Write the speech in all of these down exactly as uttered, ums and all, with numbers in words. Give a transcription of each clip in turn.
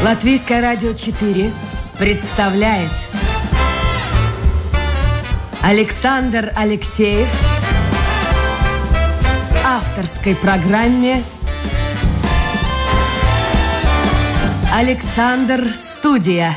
Латвийское радио четыре представляет Александр Алексеев в авторской программе «Александр Студия».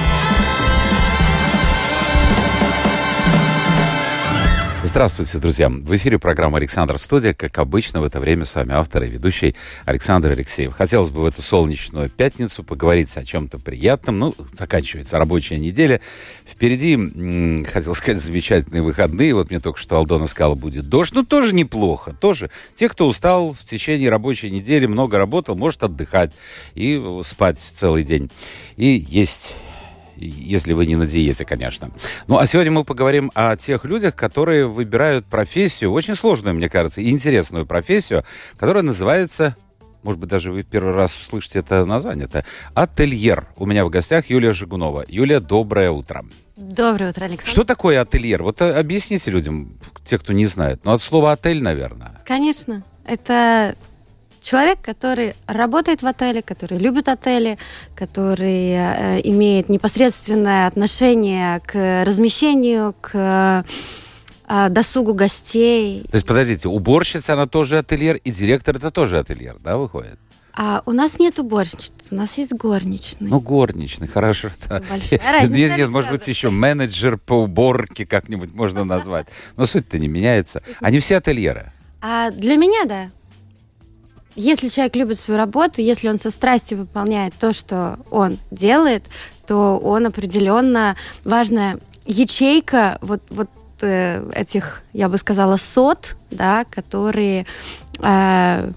Здравствуйте, друзья! В эфире программа «Александр Студия». Как обычно, в это время с вами автор и ведущий Александр Алексеев. Хотелось бы в эту солнечную пятницу поговорить о чем-то приятном. Ну, заканчивается рабочая неделя. Впереди, м- хотел сказать, замечательные выходные. Вот мне только что Алдона сказала, будет дождь. Ну, тоже неплохо. Тоже. Те, кто устал в течение рабочей недели, много работал, может отдыхать и спать целый день. И есть... Если вы не на диете, конечно. Ну, а сегодня мы поговорим о тех людях, которые выбирают профессию, очень сложную, мне кажется, и интересную профессию, которая называется, может быть, даже вы первый раз услышите это название, это ательер. У меня в гостях Юлия Жигунова. Юлия, доброе утро. Доброе утро, Александр. Что такое ательер? Вот объясните людям, те, кто не знает. Ну, от слова «отель», наверное. Конечно. Это... Человек, который работает в отеле, который любит отели, который э, имеет непосредственное отношение к размещению, к э, досугу гостей. То есть, подождите, уборщица, она тоже ательер, и директор это тоже ательер, да, выходит? А у нас нет уборщицы, у нас есть горничный. Ну, горничный, хорошо. Большая разница. Нет, нет, может быть, еще менеджер по уборке как-нибудь можно назвать. Но суть-то не меняется. Они все ательеры. А для меня, да. Если человек любит свою работу, если он со страстью выполняет то, что он делает, то он определенно важная ячейка вот, вот э, этих, я бы сказала, сот, да, которые э,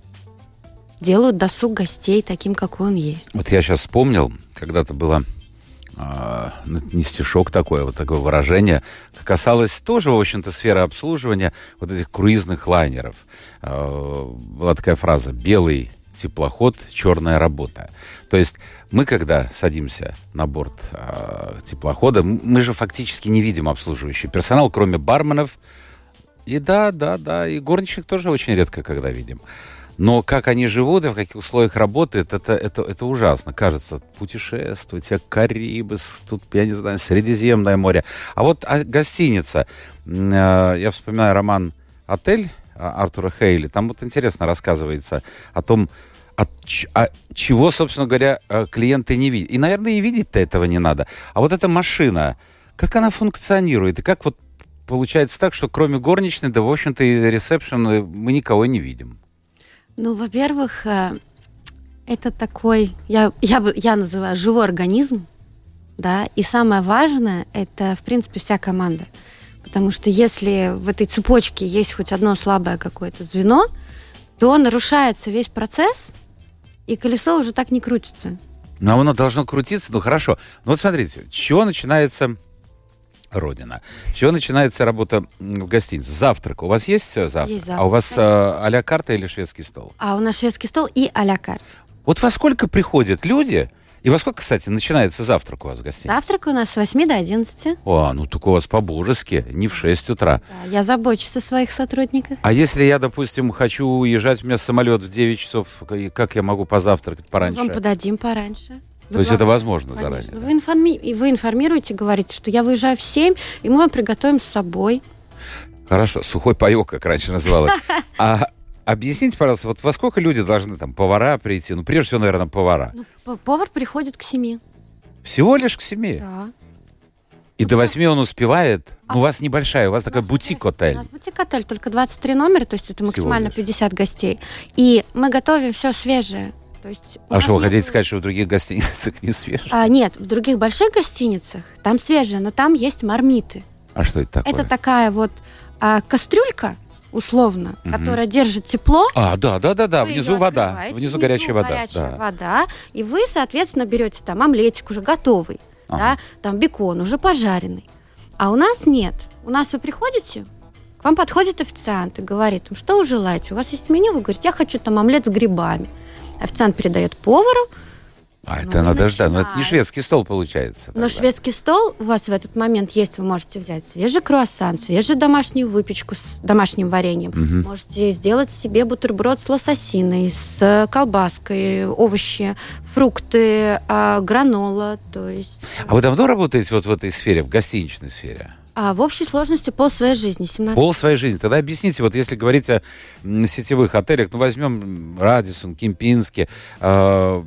делают досуг гостей таким, какой он есть. Вот я сейчас вспомнил, когда-то было э, не стишок такое, вот такое выражение, касалось тоже, в общем-то, сферы обслуживания вот этих круизных лайнеров. Была такая фраза: белый теплоход, черная работа. То есть мы, когда садимся на борт э, теплохода, мы же фактически не видим обслуживающий персонал, кроме барменов. И да, да, да, и горничных тоже очень редко когда видим. Но как они живут и в каких условиях работают, это, это, это ужасно. Кажется, путешествовать, Карибы, тут, я не знаю, Средиземное море. А вот а, гостиница. Э, я вспоминаю роман «Отель» Артура Хейли. Там вот интересно рассказывается о том, от, от чего, собственно говоря, клиенты не видят. И, наверное, и видеть-то этого не надо. А вот эта машина, как она функционирует? И как вот получается так, что кроме горничной, да, в общем-то, и ресепшн мы никого не видим? Ну, во-первых, это такой, я, я, я называю живой организм, да, и самое важное, это, в принципе, вся команда. Потому что если в этой цепочке есть хоть одно слабое какое-то звено, то нарушается весь процесс, и колесо уже так не крутится. Ну, оно должно крутиться, ну хорошо. Ну вот смотрите, с чего начинается родина? С чего начинается работа в гостинице? Завтрак. У вас есть завтрак? Есть завтрак. А у вас а, а-ля карта или шведский стол? А у нас шведский стол и а-ля карта. Вот во сколько приходят люди... И во сколько, кстати, начинается завтрак у вас в гостинице? Завтрак у нас с восьми до одиннадцати. О, ну так у вас по-божески, не в шесть утра. Да, я забочусь о своих сотрудниках. А если я, допустим, хочу уезжать, у меня самолет в девять часов, как я могу позавтракать пораньше? Мы вам подадим пораньше. То есть это возможно Конечно. заранее? Вы, информи... вы информируете, говорите, что я выезжаю в семь, и мы вам приготовим с собой. Хорошо, сухой паёк, как раньше называлось. А объясните, пожалуйста, вот во сколько люди должны, там, повара прийти? Ну, прежде всего, наверное, повара. Ну, повар приходит к семи. Всего лишь к семи? Да. И до восьми он успевает? А, ну, у вас небольшая, у вас такая бутик-отель. У нас бутик-отель, только двадцать три номера, то есть это максимально лишь. пятьдесят гостей. И мы готовим все свежее. То есть а что, вы нет... хотите сказать, что в других гостиницах не свежее? А, нет, в других больших гостиницах там свежее, но там есть мармиты. А что это такое? Это такая вот а, кастрюлька, условно, угу. которая держит тепло. А, да, да, да, да. Вы Внизу вода. Внизу, внизу горячая вода. Горячая да. вода. И вы, соответственно, берете там омлетик уже готовый, ага. да, там бекон уже пожаренный. А у нас нет. У нас вы приходите, к вам подходит официант и говорит, что вы желаете? У вас есть меню? Вы говорите, я хочу там омлет с грибами. Официант передает повару, А, это надо ждать. Но это не шведский стол получается. Но тогда. шведский стол у вас в этот момент есть. Вы можете взять свежий круассан, свежую домашнюю выпечку с домашним вареньем. Угу. Можете сделать себе бутерброд с лососиной, с колбаской, овощи, фрукты, а, гранола. То есть... А вы давно работаете вот в этой сфере, в гостиничной сфере? А в общей сложности пол своей жизни. семнадцать Пол своей жизни. Тогда объясните, вот если говорить о м, сетевых отелях, ну возьмем Радиссон, Кемпински, э,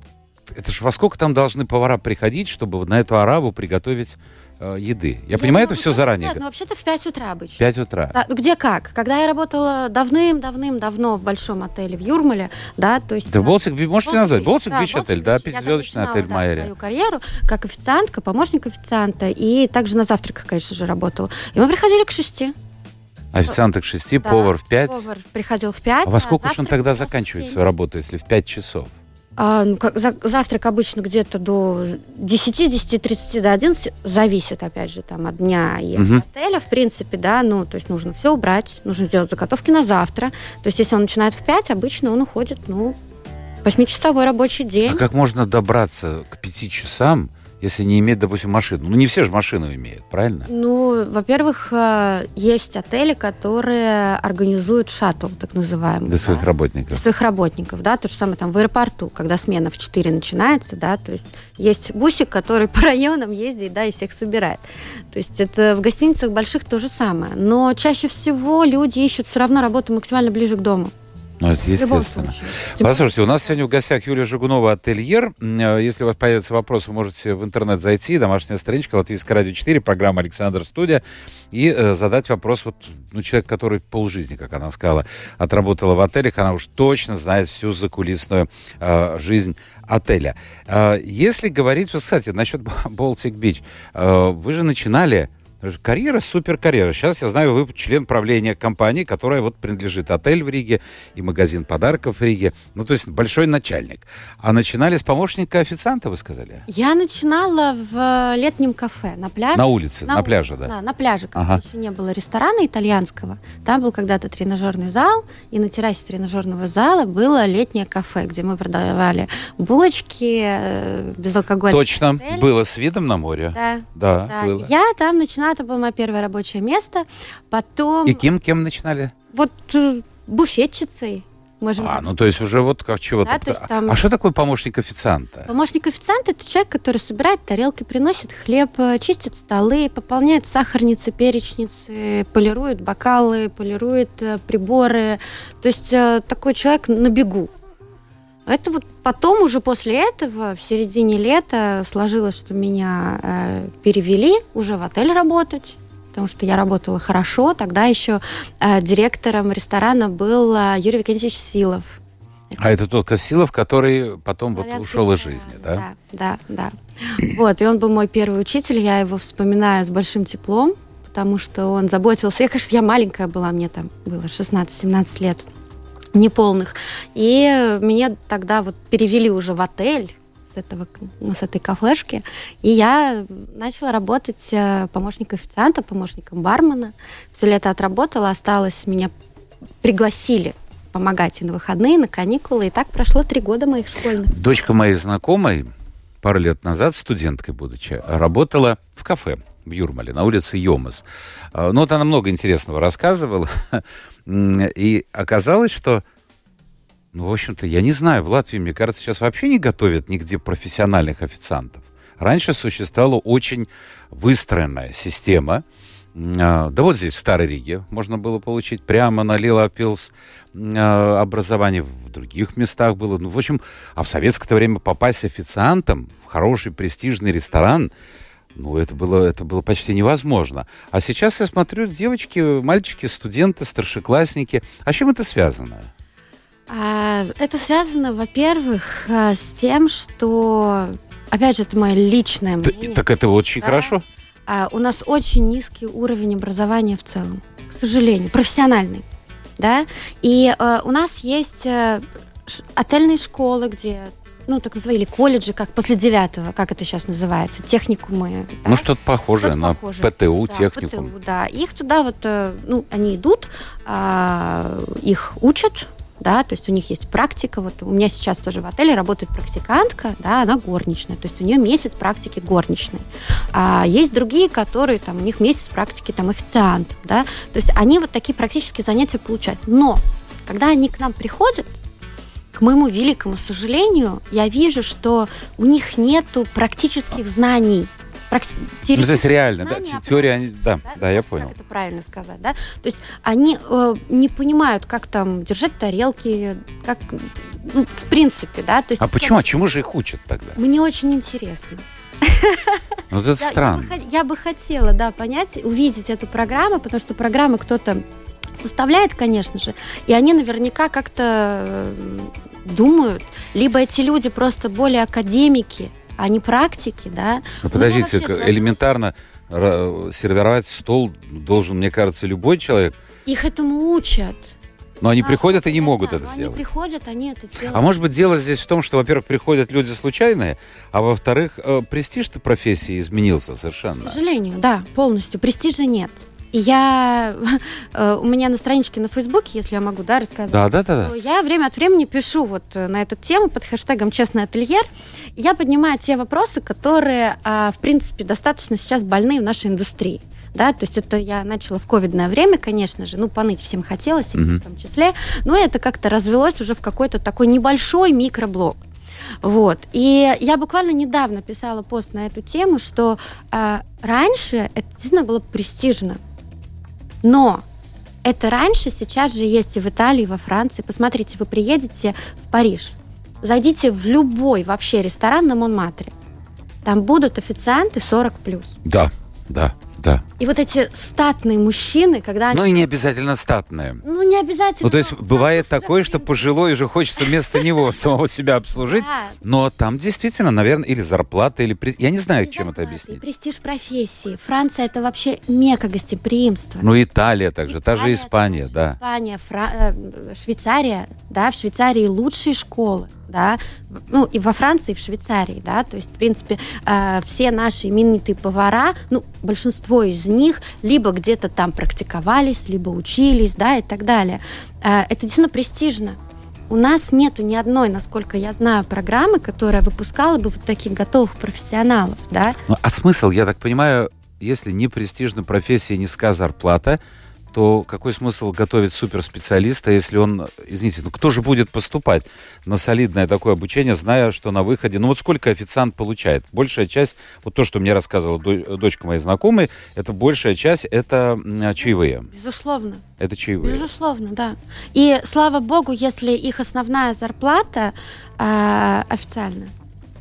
это же во сколько там должны повара приходить, чтобы вот на эту араву приготовить э, еды? Я, я понимаю, это все заранее. Ну, вообще-то в пять утра обычно. В пять утра. Да, где как? Когда я работала давным-давным-давно в большом отеле в Юрмале, да, то есть... Это Baltic Beach, можете назвать? Baltic да, Beach отель, да, пятизвездочный отель в Майере. Я начинала, да, свою карьеру как официантка, помощник официанта, и также на завтраках, конечно же, работала. И мы приходили к шести. Официанты к шести, Да, повар в пять. Повар приходил в пять. А во сколько же он завтрак тогда у нас в заканчивает семь. свою работу, если в пять часов? А, ну, как, за, завтрак обычно где-то до десяти, десяти тридцати до одиннадцати, зависит, опять же, там, от дня и от Мгм. отеля, в принципе, да, ну, то есть нужно все убрать, нужно сделать заготовки на завтра. То есть если он начинает в пять, обычно он уходит, ну, восьмичасовой рабочий день. А как можно добраться к пяти часам, если не иметь, допустим, машину? Ну, не все же машину имеют, правильно? Ну, во-первых, э, есть отели, которые организуют шаттл, так называемый. Для своих да, работников. для своих работников, да, то же самое там в аэропорту, когда смена в четыре начинается, да, то есть есть бусик, который по районам ездит, да, и всех собирает. То есть это в гостиницах больших то же самое. Но чаще всего люди ищут все равно работу максимально ближе к дому. Ну, это В любом естественно. случае. Послушайте, у нас сегодня в гостях Юлия Жигунова, ательер. Если у вас появятся вопросы, вы можете в интернет зайти, домашняя страничка Латвийское радио четыре, программа «Александр Студия», и э, задать вопрос, вот, ну, человек, который полжизни, как она сказала, отработала в отелях, она уж точно знает всю закулисную э, жизнь отеля. Э, если говорить, вот, кстати, насчет Baltic Beach, э, вы же начинали... Карьера, суперкарьера. Сейчас, я знаю, вы член правления компании, которая вот принадлежит отель в Риге и магазин подарков в Риге. Ну, то есть большой начальник. А начинали с помощника официанта, вы сказали? Я начинала в летнем кафе на пляже. На улице, на, на пляже, да? Да, на пляже, когда Ага. еще не было ресторана итальянского. Там был когда-то тренажерный зал, и на террасе тренажерного зала было летнее кафе, где мы продавали булочки, э, безалкогольные. Точно. коктейли. Было с видом на море. Да. Да, Да. было. Я там начинала, это было мое первое рабочее место. Потом И кем, кем начинали? вот э, буфетчицей, можем А, так ну то есть уже вот как чего-то. Да, то есть там- А что такое помощник официанта? Помощник официанта – это человек, который собирает тарелки, приносит хлеб, э, чистит столы, пополняет сахарницы, перечницы, полирует бокалы, полирует э, приборы. То есть э, такой человек на бегу. Это вот потом, уже после этого, в середине лета, сложилось, что меня э, перевели уже в отель работать, потому что я работала хорошо. Тогда еще э, директором ресторана был э, Юрий Викентьевич Силов. А это тот Косилов, который потом вот Славянский ушел из ресторан. жизни, да? Да, да, да. Вот, и он был мой первый учитель, я его вспоминаю с большим теплом, потому что он заботился. Я, конечно, я маленькая была, мне там было шестнадцать-семнадцать лет, неполных. И меня тогда вот перевели уже в отель с, этого, ну, с этой кафешки, и я начала работать э, помощником официанта, помощником бармена. Все лето отработала, осталось, меня пригласили помогать и на выходные, на каникулы. И так прошло три года моих школьных. Дочка моей знакомой пару лет назад, студенткой будучи, работала в кафе в Юрмале, на улице Йомас. Ну, вот она много интересного рассказывала. И оказалось, что, ну, в общем-то, я не знаю, в Латвии, мне кажется, сейчас вообще не готовят нигде профессиональных официантов. Раньше существовала очень выстроенная система. Да вот здесь, в Старой Риге, можно было получить прямо на Лила Пилс образование, в других местах было. Ну, в общем, а в советское время попасть официантом в хороший престижный ресторан, ну, это было, это было почти невозможно. А сейчас я смотрю, девочки, мальчики, студенты, старшеклассники. А с чем это связано? А, это связано, во-первых, а, с тем, что, опять же, это мое личное мнение. Так это очень да? хорошо. А, у нас очень низкий уровень образования в целом, к сожалению, профессиональный, да. И а, у нас есть а, ш- отельные школы, где, ну, так называемые, или колледжи, как после девятого, как это сейчас называется, техникумы. Ну, да? что-то похожее Что-то на похожее. ПТУ, Да, техникум. ПТУ, да. Их туда вот, э, ну, они идут, а, их учат, да, то есть у них есть практика, вот у меня сейчас тоже в отеле работает практикантка, да, она горничная, то есть у нее месяц практики горничной. А есть другие, которые, там, у них месяц практики, там, официантов, да, то есть они вот такие практические занятия получают. Но когда они к нам приходят, к моему великому сожалению, я вижу, что у них нету практических знаний. Практи- ну, то есть реально, да, знания, теория, они, да, да, да, я понял. Как это правильно сказать, да? То есть они э, не понимают, как там держать тарелки, как, ну, в принципе, да. То есть, а почему? А чему же их учат тогда? Мне очень интересно. Ну, это странно. Я, я, бы, я бы хотела, да, понять, увидеть эту программу, потому что программы кто-то составляет, конечно же, и они наверняка как-то думают, либо эти люди просто более академики, а не практики, да. Ну, подождите, элементарно сервировать стол должен, мне кажется, любой человек. Их этому учат. Но они а, приходят и не могут это сделать. Они приходят, они это сделают. А может быть, дело здесь в том, что, во-первых, приходят люди случайные, а во-вторых, престиж-то профессии изменился совершенно. К сожалению, да, полностью. Престижа нет. И я, у меня на страничке на Фейсбуке, если я могу, да, рассказать, да, да, да, да. я время от времени пишу вот на эту тему под хэштегом «Честный ательер». И я поднимаю те вопросы, которые, в принципе, достаточно сейчас больны в нашей индустрии. Да, то есть это я начала в ковидное время, конечно же, ну, поныть всем хотелось, uh-huh. в том числе, но это как-то развелось уже в какой-то такой небольшой микроблог. Вот. И я буквально недавно писала пост на эту тему, что э, раньше это действительно было престижно. Но это раньше, сейчас же есть и в Италии, и во Франции. Посмотрите, вы приедете в Париж, зайдите в любой вообще ресторан на Монмартре. Там будут официанты сорок плюс. Да, да, да. И вот эти статные мужчины, когда они... Ну и не обязательно статные. Ну не обязательно. Ну то есть бывает такое, что пожилой уже хочется вместо него самого себя обслужить, но там действительно, наверное, или зарплата, или... Я не знаю, чем это объяснить. Престиж профессии. Франция — это вообще мекка гостеприимства. Ну Италия также, та же Испания, да. Испания, Фра... Швейцария, да, в Швейцарии лучшие школы, да, ну и во Франции, и в Швейцарии, да, то есть, в принципе, э, все наши именитые повара, ну, большинство из них либо где-то там практиковались, либо учились, да, и так далее. Э, это действительно престижно. У нас нету ни одной, насколько я знаю, программы, которая выпускала бы вот таких готовых профессионалов, да. Ну, а смысл, я так понимаю, если не престижная профессия, низкая зарплата, то какой смысл готовить суперспециалиста, если он, извините, ну кто же будет поступать на солидное такое обучение, зная, что на выходе, ну вот сколько официант получает? Большая часть, вот то, что мне рассказывала дочка моей знакомой, это большая часть, это чаевые. Безусловно. Это чаевые. Безусловно, да. И слава богу, если их основная зарплата э, официальная.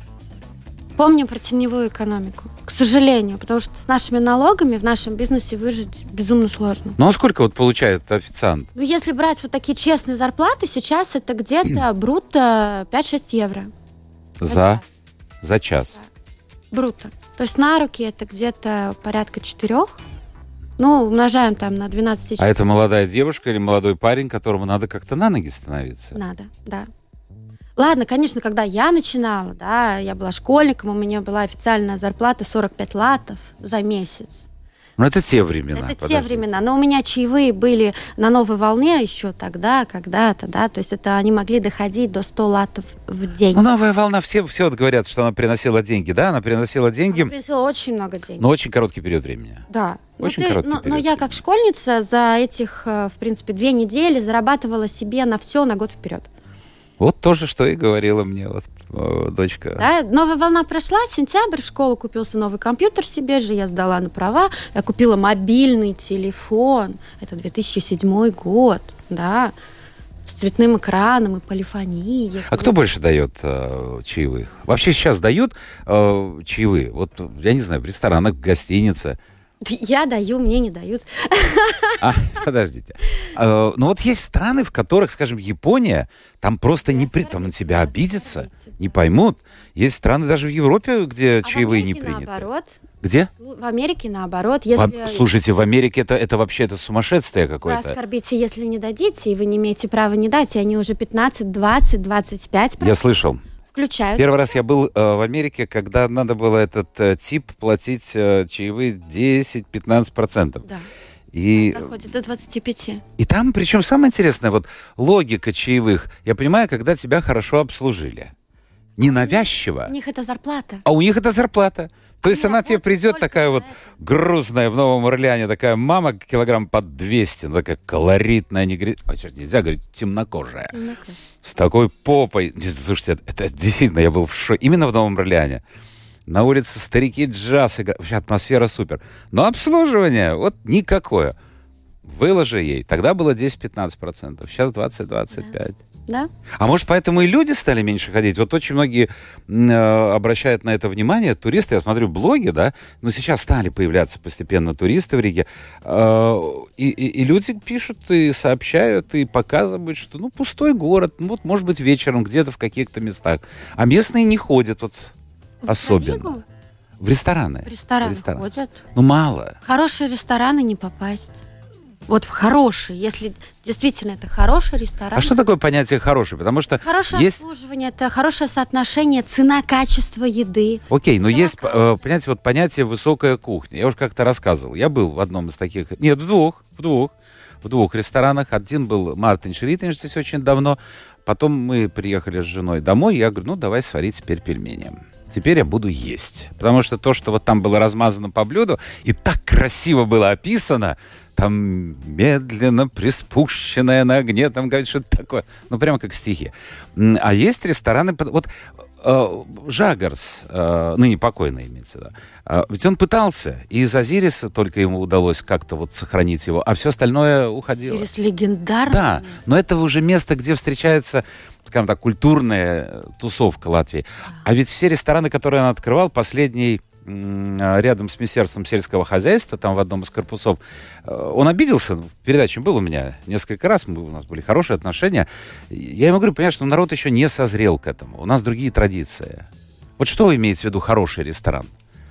Помним про теневую экономику, к сожалению, потому что с нашими налогами в нашем бизнесе выжить безумно сложно. Ну а сколько вот получает официант? Ну если брать вот такие честные зарплаты, сейчас это где-то брутто пять-шесть евро. За? За час? Да. Брутто. То есть на руки это где-то порядка четырех. Ну, умножаем там на двенадцать тысяч. А это молодая девушка или молодой парень, которому надо как-то на ноги становиться? Надо, да. Ладно, конечно, когда я начинала, да, я была школьником, у меня была официальная зарплата сорок пять латов за месяц. Ну, это те времена. Это подождите. Те времена. Но у меня чаевые были на новой волне еще тогда, когда-то, да, то есть это они могли доходить до сто латов в день. Ну, новая волна, все, все вот говорят, что она приносила деньги, да, она приносила деньги. Она приносила очень много денег. Но очень короткий период времени. Да. Очень но ты, короткий но, период. Но я как школьница за этих, в принципе, две недели зарабатывала себе на все на год вперед. Вот то же, что и говорила мне вот о, дочка. Да, новая волна прошла, сентябрь, в школу купился новый компьютер себе же, я сдала на права, я купила мобильный телефон, это две тысячи седьмой год, да, с цветным экраном и полифонией. А кто больше дает э, чаевых? Вообще сейчас дают э, чаевые? Вот, я не знаю, в ресторанах, в гостинице. Я даю, мне не дают. А, подождите. А, ну вот есть страны, в которых, скажем, Япония, там просто не при... там на тебя обидятся, не поймут. Есть страны даже в Европе, где а чаевые не приняты. Наоборот. Где? В Америке наоборот. Если... В... Слушайте, в Америке это, это вообще это сумасшествие какое-то. Вы оскорбите, если не дадите, и вы не имеете права не дать, и они уже пятнадцать, двадцать, двадцать пять. Я слышал. Включают. Первый раз я был э, в Америке, когда надо было этот э, тип платить э, чаевые десять-пятнадцать процентов. Да. И, доходит до двадцати пяти. И там, причем самое интересное, вот логика чаевых, я понимаю, когда тебя хорошо обслужили. Ненавязчиво. У них это зарплата. А у них это зарплата. То есть Нет, она тебе вот придет только такая на вот это. грузная в Новом Орлеане, такая мама килограмм под двести, ну, такая колоритная, не говорит, а, черт, нельзя говорить, темнокожая. Темнокожая. С такой попой. Слушайте, это, это действительно, я был в шоке. Именно в Новом Орлеане. На улице старики джаз играют. Вообще атмосфера супер. Но обслуживание вот никакое. Выложи ей. Тогда было десять-пятнадцать процентов. Сейчас двадцать-двадцать пять. Да? А может, поэтому и люди стали меньше ходить? Вот очень многие э, обращают на это внимание. Туристы, я смотрю, блоги, да, но сейчас стали появляться постепенно туристы в Риге. Э, и, и, и люди пишут и сообщают, и показывают, что, ну, пустой город, ну, вот, может быть, вечером где-то в каких-то местах. А местные не ходят вот В особенно. Ригу? В рестораны. В рестораны В рестораны. ходят. Ну, мало. В хорошие рестораны не попасть. Вот в хорошие, если действительно это хороший ресторан. А что такое понятие «хороший»? Потому что Хорошее есть... обслуживание, это хорошее соотношение цена-качество еды. Окей, но Да, есть, э, понимаете, вот понятие «высокая кухня». Я уже как-то рассказывал. Я был в одном из таких... Нет, в двух, в двух. В двух ресторанах. Один был Мартин Шритин, здесь очень давно. Потом мы приехали с женой домой. Я говорю, ну, давай свари теперь пельмени. Теперь я буду есть. Потому что то, что вот там было размазано по блюду, и так красиво было описано, там медленно приспущенное на огне, там, говорит, что-то такое. Ну, прямо как стихи. А есть рестораны... Вот э, Жагарс, э, ныне покойный имеется в виду, э, ведь он пытался, и из Азириса только ему удалось как-то вот сохранить его, а все остальное уходило. Азирис легендарный. Да, но это уже место, где встречается, скажем так, культурная тусовка Латвии. А ведь все рестораны, которые он открывал, последний рядом с Министерством сельского хозяйства, там в одном из корпусов, он обиделся, в передаче был у меня несколько раз, мы, у нас были хорошие отношения. Я ему говорю, понимаешь, ну народ еще не созрел к этому, у нас другие традиции. Вот что вы имеете в виду хороший ресторан?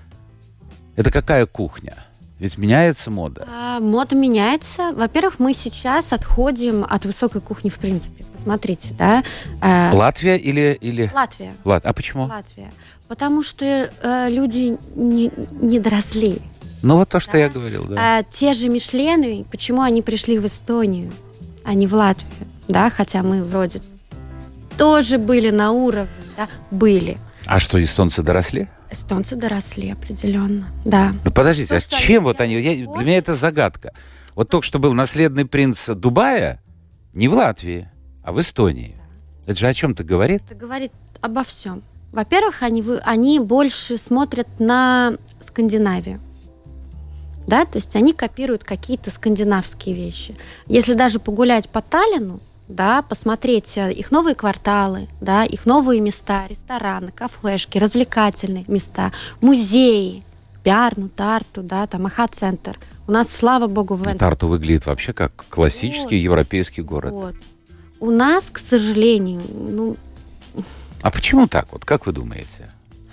Это какая кухня? Ведь меняется мода. А, мода меняется. Во-первых, мы сейчас отходим от высокой кухни в принципе. Посмотрите, да. А, Латвия или... или... Латвия. Лат... А почему? Латвия. Потому что э, люди не, не доросли. Ну вот то, что Да. я говорил, да. А, те же Мишлены, почему они пришли в Эстонию, а не в Латвию, да, хотя мы вроде тоже были на уровне, да, были. А что, эстонцы доросли? Эстонцы доросли определенно, да. Ну подождите, То, а что чем они вот они... делают я- в для меня это загадка. Вот только что был наследный принц Дубая не в Латвии, а в Эстонии. Это же о чем-то говорит? Это говорит обо всем. Во-первых, они, вы- они больше смотрят на Скандинавию. Да, то есть они копируют какие-то скандинавские вещи. Если даже погулять по Таллину, да, посмотреть э, их новые кварталы, да, их новые места, рестораны, кафешки, развлекательные места, музеи, Пярну, Тарту, да, там Аха-центр. У нас, слава богу, в Венспилсе. Тарту выглядит вообще как классический Вот. европейский город. Вот. У нас, к сожалению, ну, А почему так вот? Как вы думаете?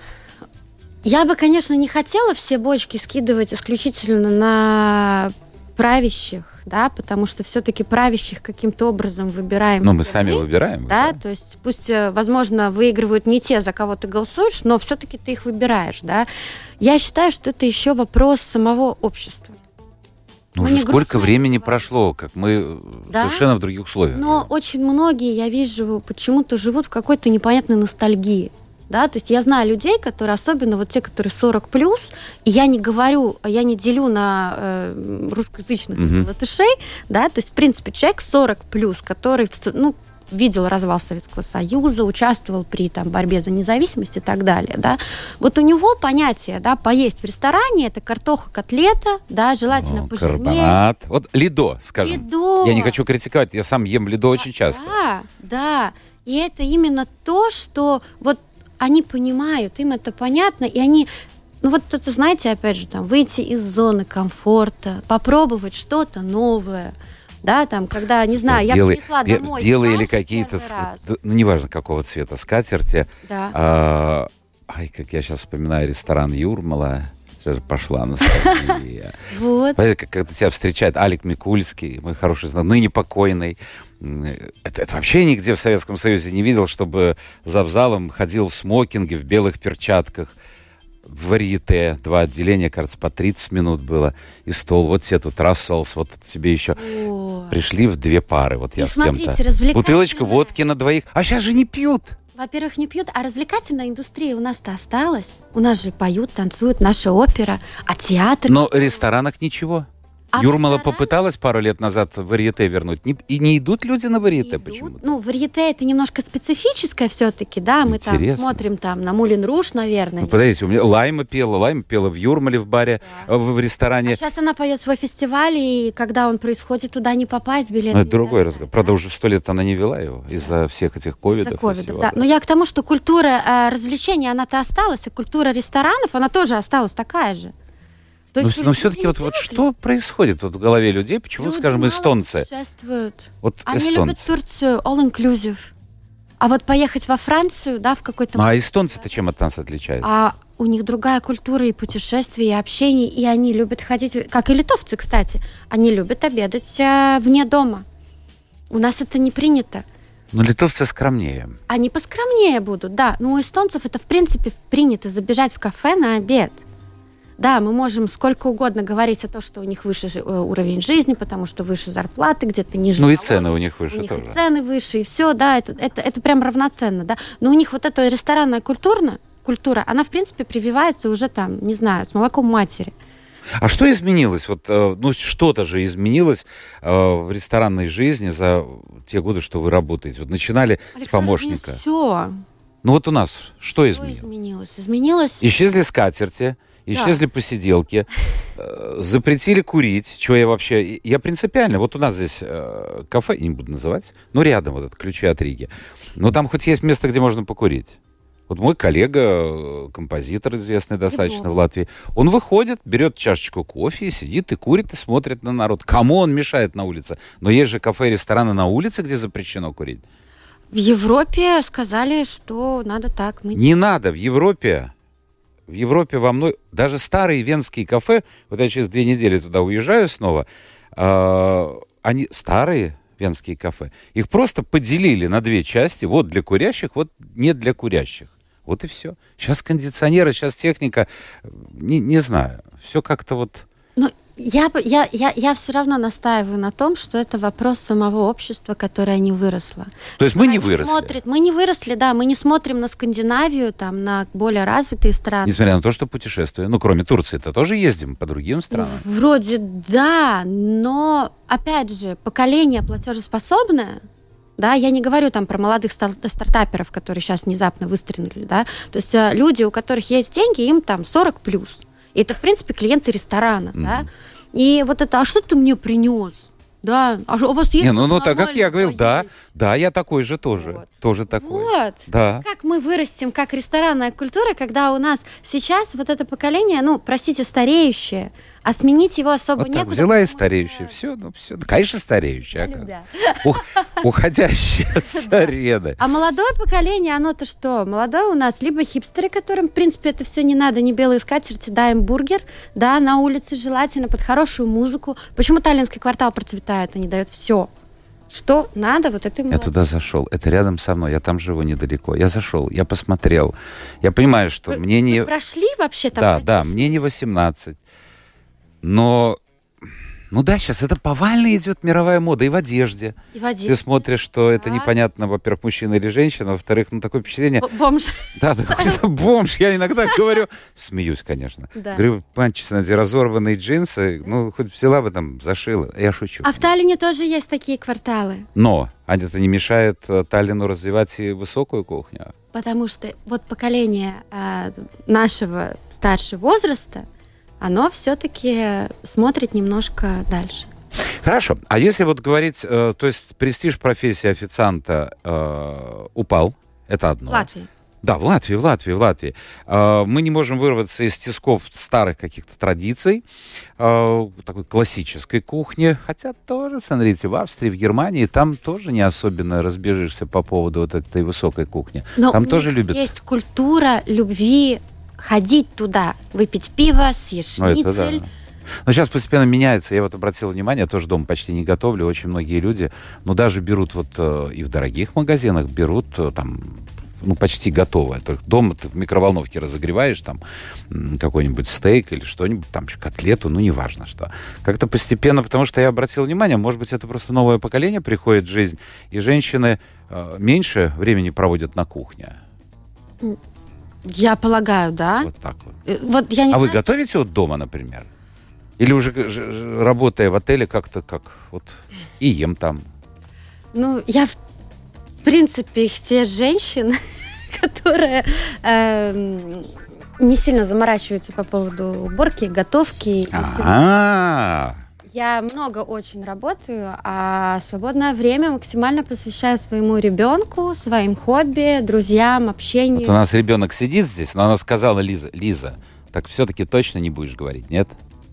я бы, конечно, не хотела все бочки скидывать исключительно на правящих, да, потому что все-таки правящих каким-то образом выбираем. Ну, мы все сами выбираем. Да, то есть пусть, э, возможно, выигрывают не те, за кого ты голосуешь, но все-таки ты их выбираешь, да. Я считаю, что это еще вопрос самого общества. Ну, Ну, уже не сколько грустно времени бывает. прошло, как мы э, Да. совершенно в других условиях. Но очень многие, я вижу, почему-то живут в какой-то непонятной ностальгии. Да, то есть я знаю людей, которые, особенно вот те, которые сорок плюс, и я не говорю, я не делю на э, русскоязычных Мгм. латышей, да, то есть, в принципе, человек сорок плюс, который, в с- ну, видел развал Советского Союза, участвовал при там, борьбе за независимость и так далее, да, вот у него понятие, да, поесть в ресторане, это картоха, котлета, да, желательно Ну, пожирнее. карбонат. Вот лидо, скажем. Лидо. Я не хочу критиковать, я сам ем лидо очень часто. Да, да. И это именно то, что вот они понимают, им это понятно, и они, ну вот это, знаете, опять же, там, выйти из зоны комфорта, попробовать что-то новое, да, там, когда, не знаю, я белые, принесла бе- домой белые или кашу какие-то, первый с- раз. ну, неважно какого цвета скатерти. Да. А, ай, как я сейчас вспоминаю ресторан Юрмала. Сейчас пошла ностальгия. Вот. Понимаете, как- когда тебя встречает Алик Микульский, мой хороший знакомый, ныне покойный. Это, это вообще нигде в Советском Союзе не видел, чтобы завзалом ходил в смокинге, в белых перчатках. в варьете, два отделения, кажется, по тридцать минут было, и стол. Вот тебе тут Расселс, вот тебе еще О. пришли в две пары, вот я И с смотрите, кем-то. развлекательная- Бутылочка водки на двоих. А сейчас же не пьют. Во-первых, не пьют, а развлекательная индустрия у нас-то осталась. У нас же поют, танцуют, наша опера, а театр... Но в ресторанах ничего. А в Юрмала ресторанах? попыталась пару лет назад варьете вернуть. Не- и не идут люди на варьете идут. почему-то. Ну, варьете это немножко специфическое все-таки, да, мы там Интересно. смотрим там на Мулен Руж, наверное. Ну, подождите, у меня Лайма пела, Лайма пела в Юрмале в баре, Да. э, в, в ресторане. Сейчас она поет свой фестиваль, и когда он происходит, туда не попасть, билет. Но это не другой достать, разговор. да. Правда, уже сто лет она не вела его из-за всех этих ковидов. За и ковидов, всего, да. Но я к тому, что культура э, развлечений, она-то осталась, и культура ресторанов, она тоже осталась такая же. То Но, есть но люди все-таки не вот, вот привыкли. что происходит вот в голове людей? Почему, Люди скажем, мало эстонцы? путешествуют. Вот Они эстонцы. любят Турцию, all-inclusive. А вот поехать во Францию, да, в какой-то... Ну, а эстонцы-то чем от нас отличаются? А у них другая культура и путешествий, и общений, и они любят ходить, как и литовцы, кстати, они любят обедать э, вне дома. У нас это не принято. Ну, литовцы скромнее. Они поскромнее будут, да. Но у эстонцев это, в принципе, принято забежать в кафе на обед. Да, мы можем сколько угодно говорить о том, что у них выше э, уровень жизни, потому что выше зарплаты, где-то ниже Ну, и налоги. цены у них выше У них тоже. и цены выше, и все, да, это, это, это прям равноценно, да. Но у них вот эта ресторанная культура, культура, она, в принципе, прививается уже там, не знаю, с молоком матери. А что изменилось? Вот, э, ну, что-то же изменилось э, в ресторанной жизни за те годы, что вы работаете. Вот начинали с помощника. Все. Ну, вот у нас что изменилось? изменилось? Изменилось. Исчезли скатерти, исчезли посиделки, э, запретили курить, чего я вообще... Я принципиально... Вот у нас здесь э, кафе, не буду называть, но рядом вот это, ключи от Риги. Но там хоть есть место, где можно покурить. Вот мой коллега, э, композитор известный достаточно Его. в Латвии, он выходит, берет чашечку кофе и сидит, и курит, и смотрит на народ. Кому он мешает на улице? Но есть же кафе и рестораны на улице, где запрещено курить. В Европе сказали, что надо так. Мы... Не надо. В Европе, в Европе во мной, даже старые венские кафе, вот я через две недели туда уезжаю снова, э, они старые венские кафе, их просто поделили на две части, вот для курящих, вот не для курящих. Вот и все. Сейчас кондиционеры, сейчас техника, не, не знаю, все как-то вот... Ну, я, бы- я, я, я все равно настаиваю на том, что это вопрос самого общества, которое не выросло. То есть мы не Они выросли, смотрят- мы не выросли, да, мы не смотрим на Скандинавию, там, на более развитые страны. несмотря на то, что путешествуем. Ну, кроме Турции-то тоже ездим по другим странам. Ну, вроде да, но, опять же, поколение платежеспособное, да, я не говорю там про молодых стар- стартаперов, которые сейчас внезапно выстрелили, да, то есть э, люди, у которых есть деньги, им там сорок плюс. И это, в принципе, клиенты ресторана, Мгм. да. И вот это, а что ты мне принес? Да, а что, у вас есть Не, ну, ну что-то так как я нормальное говорил, да, поесть? да, я такой же тоже, Вот. тоже такой. Вот. Да. Как мы вырастем, как ресторанная культура, когда у нас сейчас вот это поколение, ну, простите, стареющее, а сменить его особо Вот так некуда. взяла и потому что- стареющая, все, ну все, конечно, стареющая. а как? Да. Ух- Уходящая с арены. А молодое поколение, оно-то что? Молодое у нас либо хипстеры, которым, в принципе, это все не надо, не белые скатерти, да, им бургер, да, на улице желательно, под хорошую музыку. Почему Таллинский квартал процветает, они дают все? Что надо, вот это им Я надо. туда зашел, это рядом со мной, я там живу недалеко. Я зашел, я посмотрел, я понимаю, что Вы- мне не... Вы прошли вообще там? Да, да, пройтись? мне не восемнадцать. Но, ну да, сейчас это повально идет мировая мода и в одежде. И в одежде. Ты смотришь, что это Да. непонятно, во-первых, мужчина или женщина, во-вторых, ну такое впечатление... Б- Бомж. Да, такой бомж, я иногда говорю, смеюсь, конечно. Да. Говорю, панчицы, эти разорванные джинсы, ну, хоть взяла бы там, зашила. Я шучу. А в Таллине тоже есть такие кварталы. Но а это не мешает э, Таллину развивать и высокую кухню. Потому что вот поколение а, нашего старшего возраста, оно все-таки смотрит немножко дальше. Хорошо. А если вот говорить, э, то есть престиж профессии официанта э, упал, это одно. В Латвии. Да, в Латвии, в Латвии, в Латвии. Э, мы не можем вырваться из тисков старых каких-то традиций, э, такой классической кухни, хотя тоже, смотрите, в Австрии, в Германии, там тоже не особенно разбежишься по поводу вот этой высокой кухни. Но Там у тоже них любят. есть культура любви ходить туда, выпить пиво, съесть Ну, это да. шницель. Но сейчас постепенно меняется. Я вот обратил внимание, я тоже дома почти не готовлю. Очень многие люди, ну, даже берут вот э, и в дорогих магазинах, берут э, там ну, почти готовое. Только дома ты в микроволновке разогреваешь там какой-нибудь стейк или что-нибудь, там еще котлету, ну, неважно что. Как-то постепенно, потому что я обратил внимание, может быть, это просто новое поколение приходит в жизнь, и женщины э, меньше времени проводят на кухне. Я полагаю, да. Вот так вот. Вот я не а знаю, вы готовите вот дома, например? Или уже работая в отеле как-то как вот и ем там? Ну, я в принципе из тех женщин, которые э, не сильно заморачиваются по поводу уборки, готовки. А-а-а. Я много очень работаю, а свободное время максимально посвящаю своему ребенку, своим хобби, друзьям, общению. Вот у нас ребенок сидит здесь, но она сказала, Лиза, Лиза, так все-таки точно не будешь говорить, нет?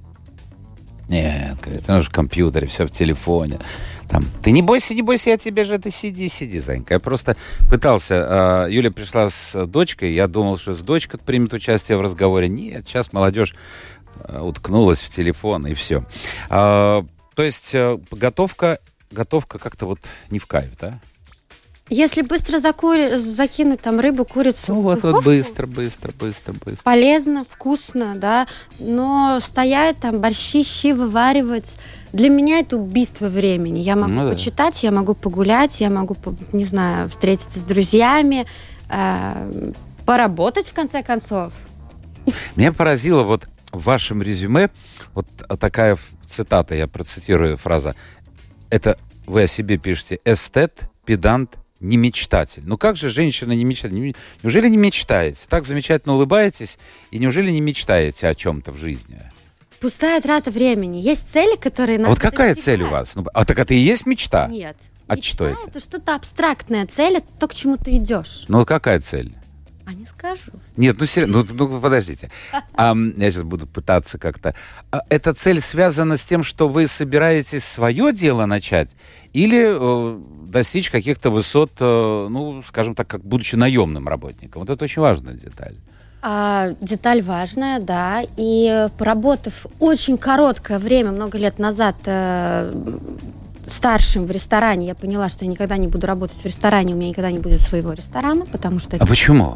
Нет, говорит, она же в компьютере, все в телефоне. Там, ты не бойся, не бойся, я тебе же, ты сиди, сиди, Занька. Я просто пытался, э, Юля пришла с дочкой, я думал, что с дочкой примет участие в разговоре. Нет, сейчас молодежь уткнулась в телефон, и все. А, то есть готовка, готовка как-то вот не в кайф, да? Если быстро закури... закинуть там рыбу, курицу, ну, в вот, духовку, вот быстро, быстро, быстро, быстро. полезно, вкусно, да. Но стоять там, борщи, щи вываривать, для меня это убийство времени. Я могу ну, почитать, да. я могу погулять, я могу, не знаю, встретиться с друзьями, э, поработать в конце концов. Меня поразило вот в вашем резюме вот такая цитата, я процитирую фраза. Это вы о себе пишете: эстет, педант, не мечтатель. Ну как же женщина не мечтает? Неужели не мечтаете? Так замечательно улыбаетесь, и неужели не мечтаете о чем-то в жизни? Пустая трата времени. Есть цели, которые надо а вот какая цель у вас? Ну, а так это и есть мечта? Нет. А мечта что это? Это что-то абстрактная цель, это то, к чему ты идешь. Ну какая цель? А не скажу. Нет, ну серьезно, ну, ну подождите. А, я сейчас буду пытаться как-то. А, эта цель связана с тем, что вы собираетесь свое дело начать, или э, достичь каких-то высот, э, ну, скажем так, как будучи наемным работником? Вот это очень важная деталь. А, деталь важная, да. И поработав очень короткое время, много лет назад, э, старшим в ресторане, я поняла, что я никогда не буду работать в ресторане, у меня никогда не будет своего ресторана, потому что... А почему?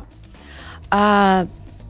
А,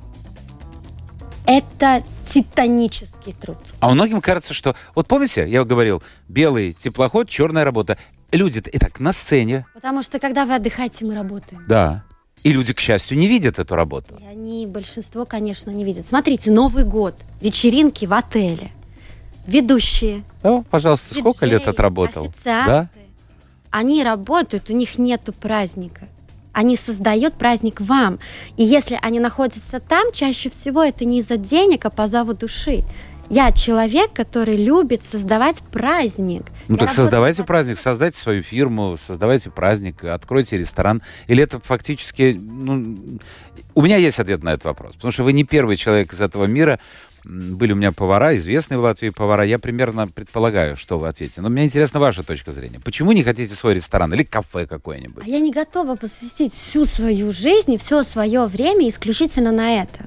это титанический труд. А многим кажется, что... Вот помните, я говорил, белый теплоход, черная работа. Люди, итак, на сцене. Потому что, когда вы отдыхаете, мы работаем. Да. И люди, к счастью, не видят эту работу. И они, большинство, конечно, не видят. Смотрите, Новый год, вечеринки в отеле, ведущие. Да, пожалуйста, диджеи, сколько лет отработал? Официанты. Да? Они работают, у них нету праздника. Они создают праздник вам. И если они находятся там, чаще всего это не из-за денег, а по зову души. Я человек, который любит создавать праздник. Ну Я так создавайте в... праздник, создайте свою фирму, создавайте праздник, откройте ресторан. Или это фактически... Ну, у меня есть ответ на этот вопрос. Потому что вы не первый человек из этого мира. Были у меня повара, известные в Латвии повара. Я примерно предполагаю, что вы ответите. Но мне интересна ваша точка зрения. Почему не хотите свой ресторан или кафе какое-нибудь? А я не готова посвятить всю свою жизнь и все свое время исключительно на это.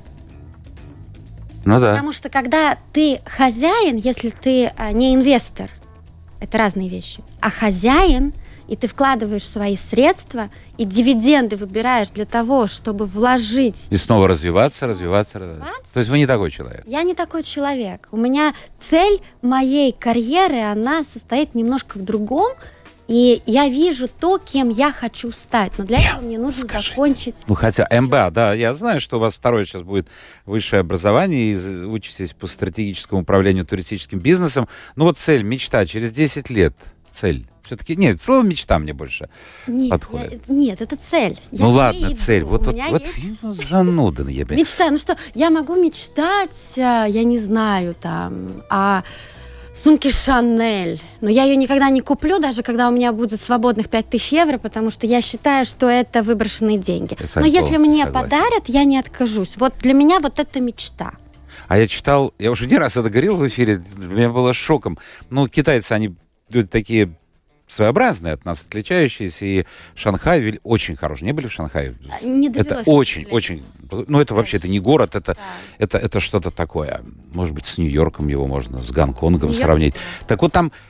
Ну да. Потому что когда ты хозяин, если ты а, не инвестор, это разные вещи, а хозяин, и ты вкладываешь свои средства, и дивиденды выбираешь для того, чтобы вложить... И снова развиваться, развиваться, развиваться. То есть вы не такой человек? Я не такой человек. У меня цель моей карьеры, она состоит немножко в другом, и я вижу то, кем я хочу стать. Но для Кем? этого мне нужно Скажите. закончить... Ну, хотя эм бэ а, да, я знаю, что у вас второе сейчас будет высшее образование, и учитесь по стратегическому управлению туристическим бизнесом. Ну, вот цель, мечта, через десять лет цель. Все-таки, нет, слово мечта мне больше нет, подходит. Я, нет, это цель. Я ну, ладно, иду. цель. Вот, вот, вот есть... зануда. Я... Мечта, ну что, я могу мечтать, я не знаю, там, о сумке Шанель, но я ее никогда не куплю, даже когда у меня будет свободных пять тысяч евро, потому что я считаю, что это выброшенные деньги. Но если мне согласен. Подарят, я не откажусь. Вот для меня вот это мечта. А я читал, я уже не раз это говорил в эфире, для меня было шоком. Ну, китайцы, они такие... своеобразные от нас, отличающиеся, и Шанхай очень хороший. Не были в Шанхае? Не это очень, очень... Ну, это вообще-то не город, это, да. это, это что-то такое. Может быть, с Нью-Йорком его можно, с Гонконгом Нью-Йорк. сравнить. Так вот там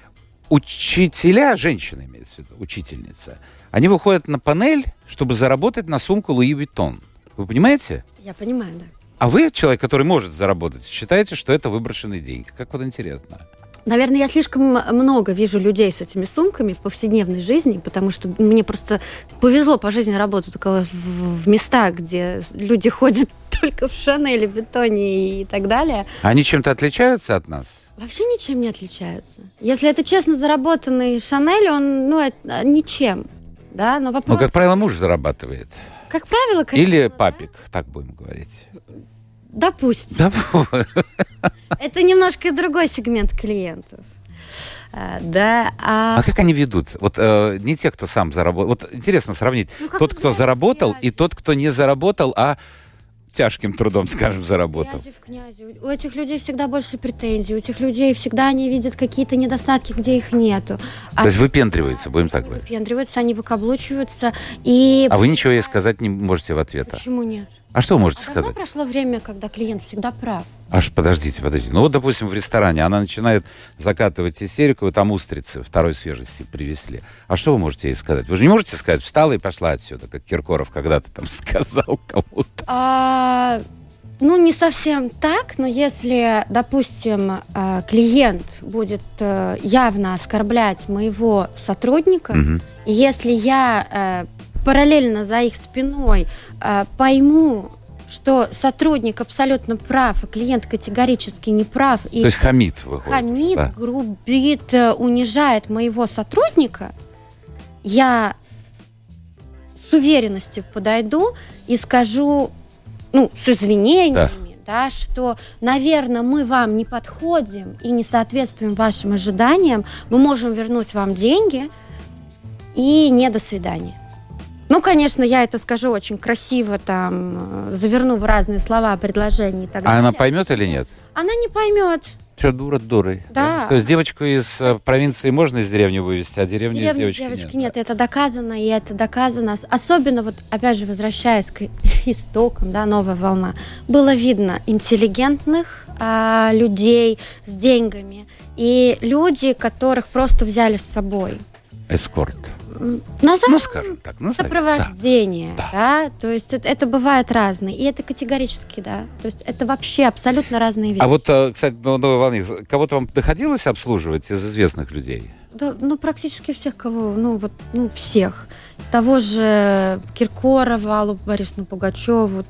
учителя, женщины имеется в виду, учительница, они выходят на панель, чтобы заработать на сумку Луи Виттон. Вы понимаете? Я понимаю, да. А вы, человек, который может заработать, считаете, что это выброшенные деньги? Как вот интересно. Наверное, я слишком много вижу людей с этими сумками в повседневной жизни, потому что мне просто повезло по жизни работать только в, в местах, где люди ходят только в Шанеле, Виттоне и так далее. Они чем-то отличаются от нас? Вообще ничем не отличаются. Если это честно заработанный Шанель, он, ну, это, ничем. Да? Но вопрос... Ну, как правило, муж зарабатывает. Как правило, конечно. Или папик, да? Так будем говорить. Допустим. Да. Это немножко другой сегмент клиентов. А, да, а... а как они ведут? Вот э, не те, кто сам заработал. Вот интересно сравнить. Ну, тот, кто заработал, и тот, кто не заработал, а тяжким трудом, скажем, заработал. В князе. У этих людей всегда больше претензий. У этих людей всегда они видят какие-то недостатки, где их нету. А то есть выпендриваются, будем так говорить? Выпендриваются, они выкаблучиваются. И... А вы ничего ей сказать не можете в ответ? Почему нет? А что вы можете а сказать? Прошло время, когда клиент всегда прав. Аж подождите, подождите. Ну вот, допустим, в ресторане она начинает закатывать истерику, вы там устрицы второй свежести привезли. А что вы можете ей сказать? Вы же не можете сказать, встала и пошла отсюда, как Киркоров когда-то там сказал кому-то. А, ну, не совсем так, но если, допустим, клиент будет явно оскорблять моего сотрудника, угу. и если я параллельно за их спиной пойму, что сотрудник абсолютно прав, а клиент категорически не прав. И то есть хамит выходит. Хамит, да. грубит, унижает моего сотрудника, я с уверенностью подойду и скажу, ну, с извинениями, да. Да, что, наверное, мы вам не подходим и не соответствуем вашим ожиданиям, мы можем вернуть вам деньги и не до свидания. Ну, конечно, я это скажу очень красиво, там, заверну в разные слова, предложения и так далее. А она поймет или нет? Она не поймет. Что, дура дурой? Да. Да. То есть девочку из провинции можно из деревни вывести, а деревню из девочки, девочки нет? нет. Это доказано, и это доказано. Особенно, вот, опять же, возвращаясь к истокам, да, новая волна, было видно интеллигентных а, людей с деньгами и люди, которых просто взяли с собой. Эскорт. Назовем, ну, скажем так, назовем. Сопровождение, да. Да? То есть это, это бывает разное, и это категорически, да, то есть это вообще абсолютно разные вещи. А вот, кстати, на новой волне, кого-то вам приходилось обслуживать из известных людей? Да, ну, практически всех, кого, ну, вот, ну, всех. Того же Киркорова, Аллу Борисовну Пугачеву,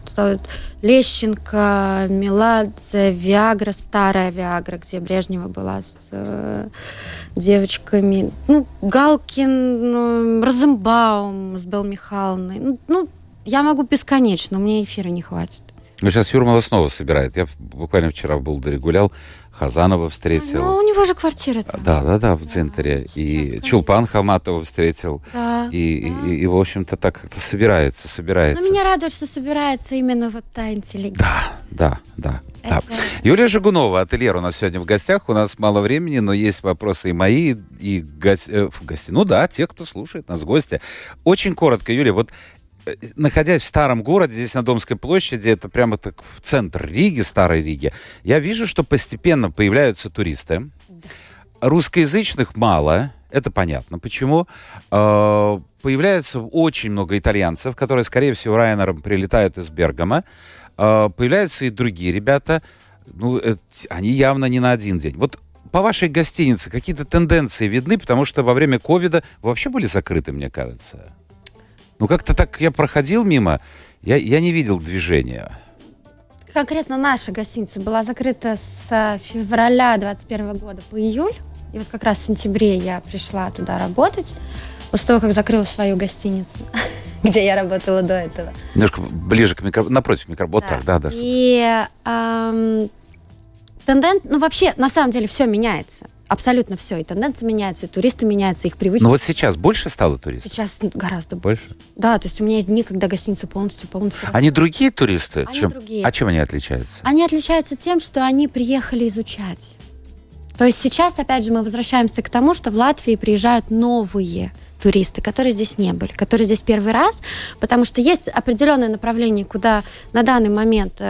Лещенко, Меладзе, Виагра, старая Виагра, где Брежнева была с э, девочками, ну, Галкин, ну, Розенбаум с Беллой Михайловной. Ну, ну, я могу бесконечно, мне эфира не хватит. Ну, сейчас Юрмала снова собирает. Я буквально вчера в Болдыре гулял, Хазанова встретил. Ну, у него же квартира там. Да, да, да, в центре. Да, и Чулпан Хаматова встретил. Да, и, да. И, и, и, в общем-то, так как-то собирается, собирается. Но меня радует, что собирается именно вот та интеллигенция. Да, да, да. Это... да. Юлия Жигунова, ательер у нас сегодня в гостях. У нас мало времени, но есть вопросы и мои, и гости. Э, гости. Ну да, те, кто слушает нас, гости. Очень коротко, Юлия, вот находясь в старом городе, здесь на Домской площади, это прямо так в центр Риги, старой Риги, я вижу, что постепенно появляются туристы. Да. Русскоязычных мало, это понятно. Почему? Появляется очень много итальянцев, которые, скорее всего, Райнером прилетают из Бергама. Появляются и другие ребята. Ну, они явно не на один день. Вот по вашей гостинице какие-то тенденции видны, потому что во время ковида вообще были закрыты, мне кажется. Ну, как-то так я проходил мимо, я, я не видел движения. Конкретно наша гостиница была закрыта с февраля двадцать первого года по июль. И вот как раз в сентябре я пришла туда работать, после того, как закрыла свою гостиницу, где я работала до этого. Немножко ближе к микрофону, напротив микрофона. Да, да, да. И эм, тендент, ну, вообще, на самом деле, все меняется. Абсолютно все. И тенденции меняются, и туристы меняются, их привычки. Но вот сейчас больше стало туристов? Сейчас гораздо больше. больше. Да, то есть у меня есть дни, когда гостиница полностью, полностью... Они другие туристы? Они чем... другие. А чем они отличаются? Они отличаются тем, что они приехали изучать. То есть сейчас, опять же, мы возвращаемся к тому, что в Латвии приезжают новые туристы, которые здесь не были, которые здесь первый раз, потому что есть определенное направление, куда на данный момент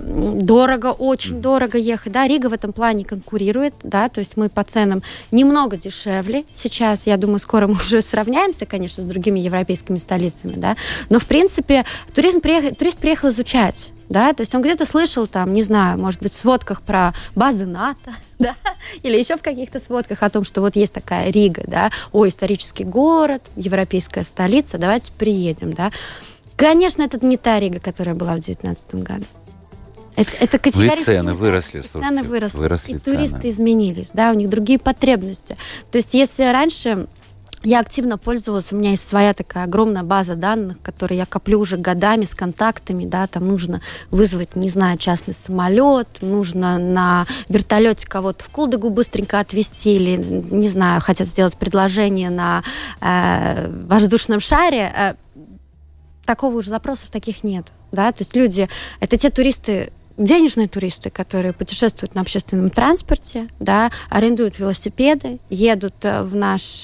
дорого, очень mm. дорого ехать. Да, Рига в этом плане конкурирует, да, то есть мы по ценам немного дешевле сейчас. Я думаю, скоро мы уже сравняемся, конечно, с другими европейскими столицами, да. Но, в принципе, туризм приехал, турист приехал изучать. Да, то есть он где-то слышал, там, не знаю, может быть, в сводках про базы НАТО, да, или еще в каких-то сводках о том, что вот есть такая Рига, да, о, исторический город, европейская столица, давайте приедем, да. Конечно, это не та Рига, которая была в две тысячи девятнадцатом году. Это, это категорически... И цены выросли, слушайте. Цены выросли, выросли и цены. туристы изменились, да, у них другие потребности. То есть если раньше... Я активно пользовалась, у меня есть своя такая огромная база данных, которую я коплю уже годами с контактами, да, там нужно вызвать, не знаю, частный самолет, нужно на вертолете кого-то в Кулдыгу быстренько отвезти или, не знаю, хотят сделать предложение на э, воздушном шаре. Э, такого уже запросов таких нет, да, то есть люди, это те туристы, денежные туристы, которые путешествуют на общественном транспорте, да, арендуют велосипеды, едут в наш,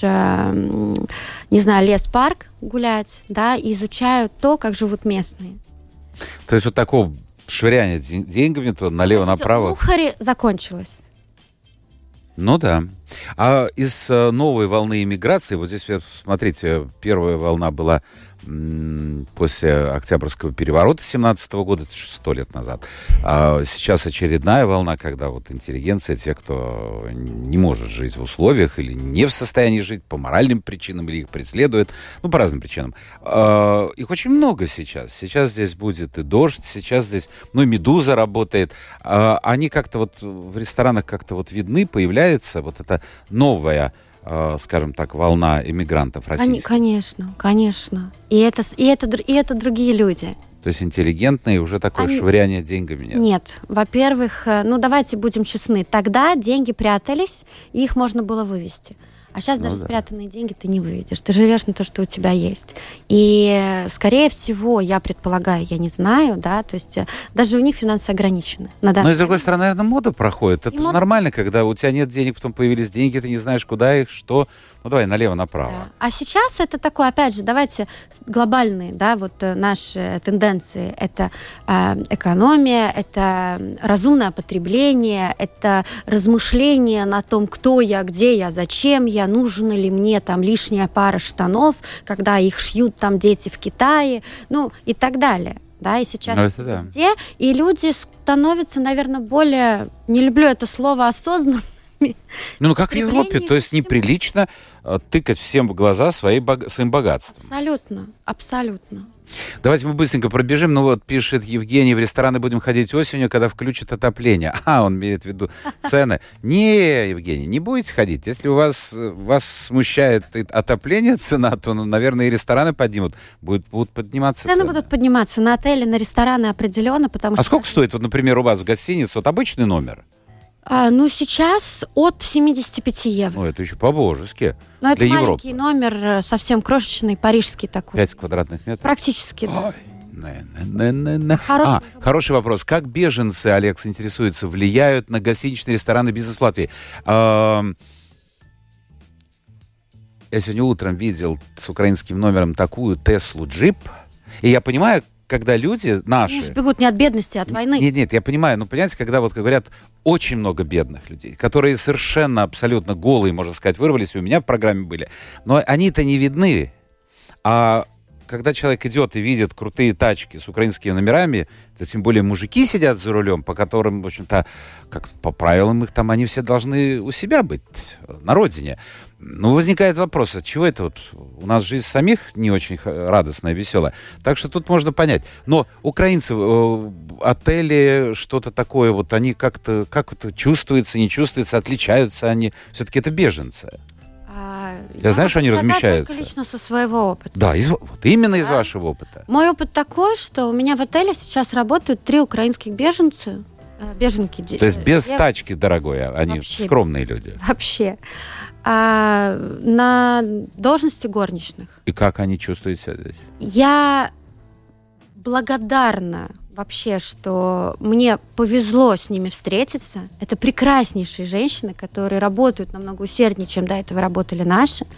не знаю, лес-парк гулять, да, и изучают то, как живут местные. То есть вот такого швыряния деньгами то налево-направо... Ухари закончилось. Ну да. А из новой волны иммиграции, вот здесь, смотрите, первая волна была после Октябрьского переворота семнадцатого года, это сто лет назад. А сейчас очередная волна, когда вот интеллигенция, те, кто не может жить в условиях или не в состоянии жить по моральным причинам, или их преследуют, ну, по разным причинам. А, их очень много сейчас. Сейчас здесь будет и «Дождь», сейчас здесь, ну, и «Медуза» работает. А, они как-то вот в ресторанах как-то вот видны, появляется вот эта новая, скажем так, волна иммигрантов российских. Конечно, конечно. И это, и это, и это другие люди. То есть интеллигентные, уже такое Они... швыряние деньгами нет? Нет. Во-первых, ну давайте будем честны, тогда деньги прятались, и их можно было вывести. А сейчас ну, даже да. спрятанные деньги ты не выведешь. Ты живешь на то, что у тебя есть. И, скорее всего, я предполагаю, я не знаю, да, то есть даже у них финансы ограничены. Но, с другой стороны, наверное, мода проходит. Это мода... нормально, когда у тебя нет денег, потом появились деньги, ты не знаешь, куда их, что... Ну, давай налево-направо. Да. А сейчас это такое, опять же, давайте глобальные, да, вот наши тенденции. Это э, экономия, это разумное потребление, это размышление на том, кто я, где я, зачем я, нужна ли мне там лишняя пара штанов, когда их шьют там дети в Китае, ну, и так далее. Да, и сейчас ну, это везде. Да. И люди становятся, наверное, более, не люблю это слово, осознанными. Ну, ну, как в Европе, то есть неприлично тыкать всем в глаза своей, своим богатством. Абсолютно, абсолютно. Давайте мы быстренько пробежим. Ну вот, пишет Евгений, в рестораны будем ходить осенью, когда включат отопление. А, он имеет в виду цены. Не, Евгений, не будете ходить. Если у вас, вас смущает отопление, цена, то, ну, наверное, и рестораны поднимут. Будут, будут подниматься цены. Цены будут подниматься на отели, на рестораны определенно, потому что... А что... сколько стоит, вот, например, у вас в гостинице вот обычный номер? А, ну, сейчас от семьдесят пять евро. Ну, это еще по-божески. Но для это Европы. Маленький номер, совсем крошечный, парижский такой. пять квадратных метров? Практически, да. Ой. Не, не, не, не. Хороший, а, хороший вопрос. Как беженцы, Алекс интересуется, влияют на гостиничные рестораны бизнес в Латвии? А, я сегодня утром видел с украинским номером такую Теслу Джип, и я понимаю, когда люди наши... Они бегут не от бедности, а от войны. Нет, нет, я понимаю, но понимаете, когда вот, как говорят, очень много бедных людей, которые совершенно, абсолютно голые, можно сказать, вырвались, и у меня в программе были, но они-то не видны. А когда человек идет и видит крутые тачки с украинскими номерами, да тем более мужики сидят за рулем, по которым, в общем-то, как по правилам их там, они все должны у себя быть, на родине. Ну, возникает вопрос, от чего это вот? У нас жизнь самих не очень радостная, веселая. Так что тут можно понять. Но украинцы, э, отели, что-то такое, вот они как-то, как это чувствуется, не чувствуется, отличаются они. Все-таки это беженцы. А, я, я знаю, что они размещаются. Только лично со своего опыта. Да, из, вот именно да. из вашего опыта. Мой опыт такой, что у меня в отеле сейчас работают три украинских беженца. Беженки. То есть без я... тачки, дорогой, они вообще, скромные люди. Вообще. А, на должности горничных. И как они чувствуют себя здесь? Я благодарна вообще, что мне повезло с ними встретиться. Это прекраснейшие женщины, которые работают намного усерднее, чем до этого работали наши,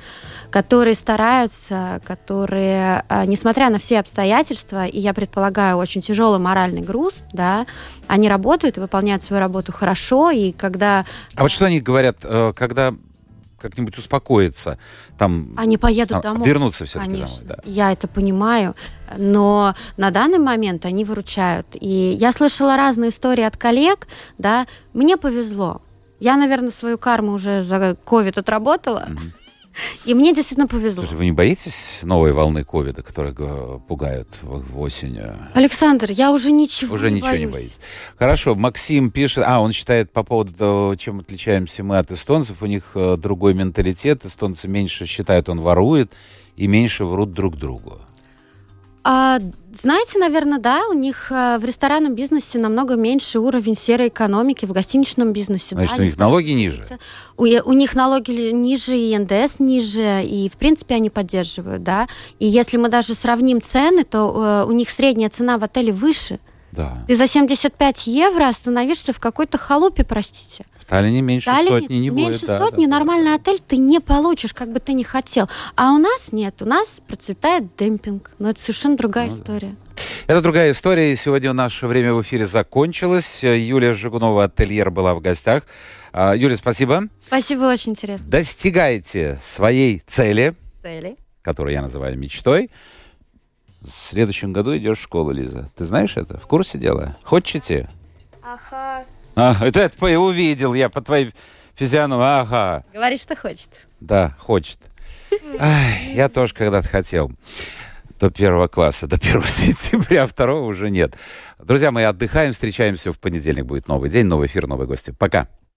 которые стараются, которые, несмотря на все обстоятельства, и я предполагаю, очень тяжелый моральный груз, да, они работают и выполняют свою работу хорошо, и когда... А вот что они говорят, когда как-нибудь успокоиться, там... Они поедут там, домой. Вернуться все-таки Конечно, домой, да. Я это понимаю, но на данный момент они выручают. И я слышала разные истории от коллег, да, мне повезло. Я, наверное, свою карму уже за ковид отработала, mm-hmm. и мне действительно повезло. Слушайте, вы не боитесь новой волны ковида, которые пугают в осень? Александр, я уже ничего уже не ничего боюсь. не боитесь. Хорошо, Максим пишет, а, он считает по поводу того, чем отличаемся мы от эстонцев, у них другой менталитет, эстонцы меньше считают, он ворует, и меньше врут друг другу. А, знаете, наверное, да, у них а, в ресторанном бизнесе намного меньше уровень серой экономики, в гостиничном бизнесе. Значит, да, у них налоги ниже? У, у них налоги ниже, и эн дэ эс ниже, и, в принципе, они поддерживают, да. И если мы даже сравним цены, то uh, у них средняя цена в отеле выше. Да. Ты за семьдесят пять евро остановишься в какой-то халупе, простите. В Таллине меньше Таллине сотни не меньше будет. Меньше сотни, да, да, нормальный да. отель ты не получишь, как бы ты ни хотел. А у нас нет, у нас процветает демпинг. Но это совершенно другая ну, история. Да. Это другая история, и сегодня наше время в эфире закончилось. Юлия Жигунова, ательер, была в гостях. Юлия, спасибо. Спасибо, очень интересно. Достигайте своей цели, цели, которую я называю мечтой. В следующем году идешь в школу, Лиза. Ты знаешь это? В курсе дела? Хочете? Ага. А, это, это я увидел, я по твоей физиономии. Ага. Говорит, что хочет. Да, хочет. Ай, я тоже когда-то хотел. До первого класса, до первого сентября, второго уже нет. Друзья мои, отдыхаем, встречаемся в понедельник. Будет новый день, новый эфир, новые гости. Пока.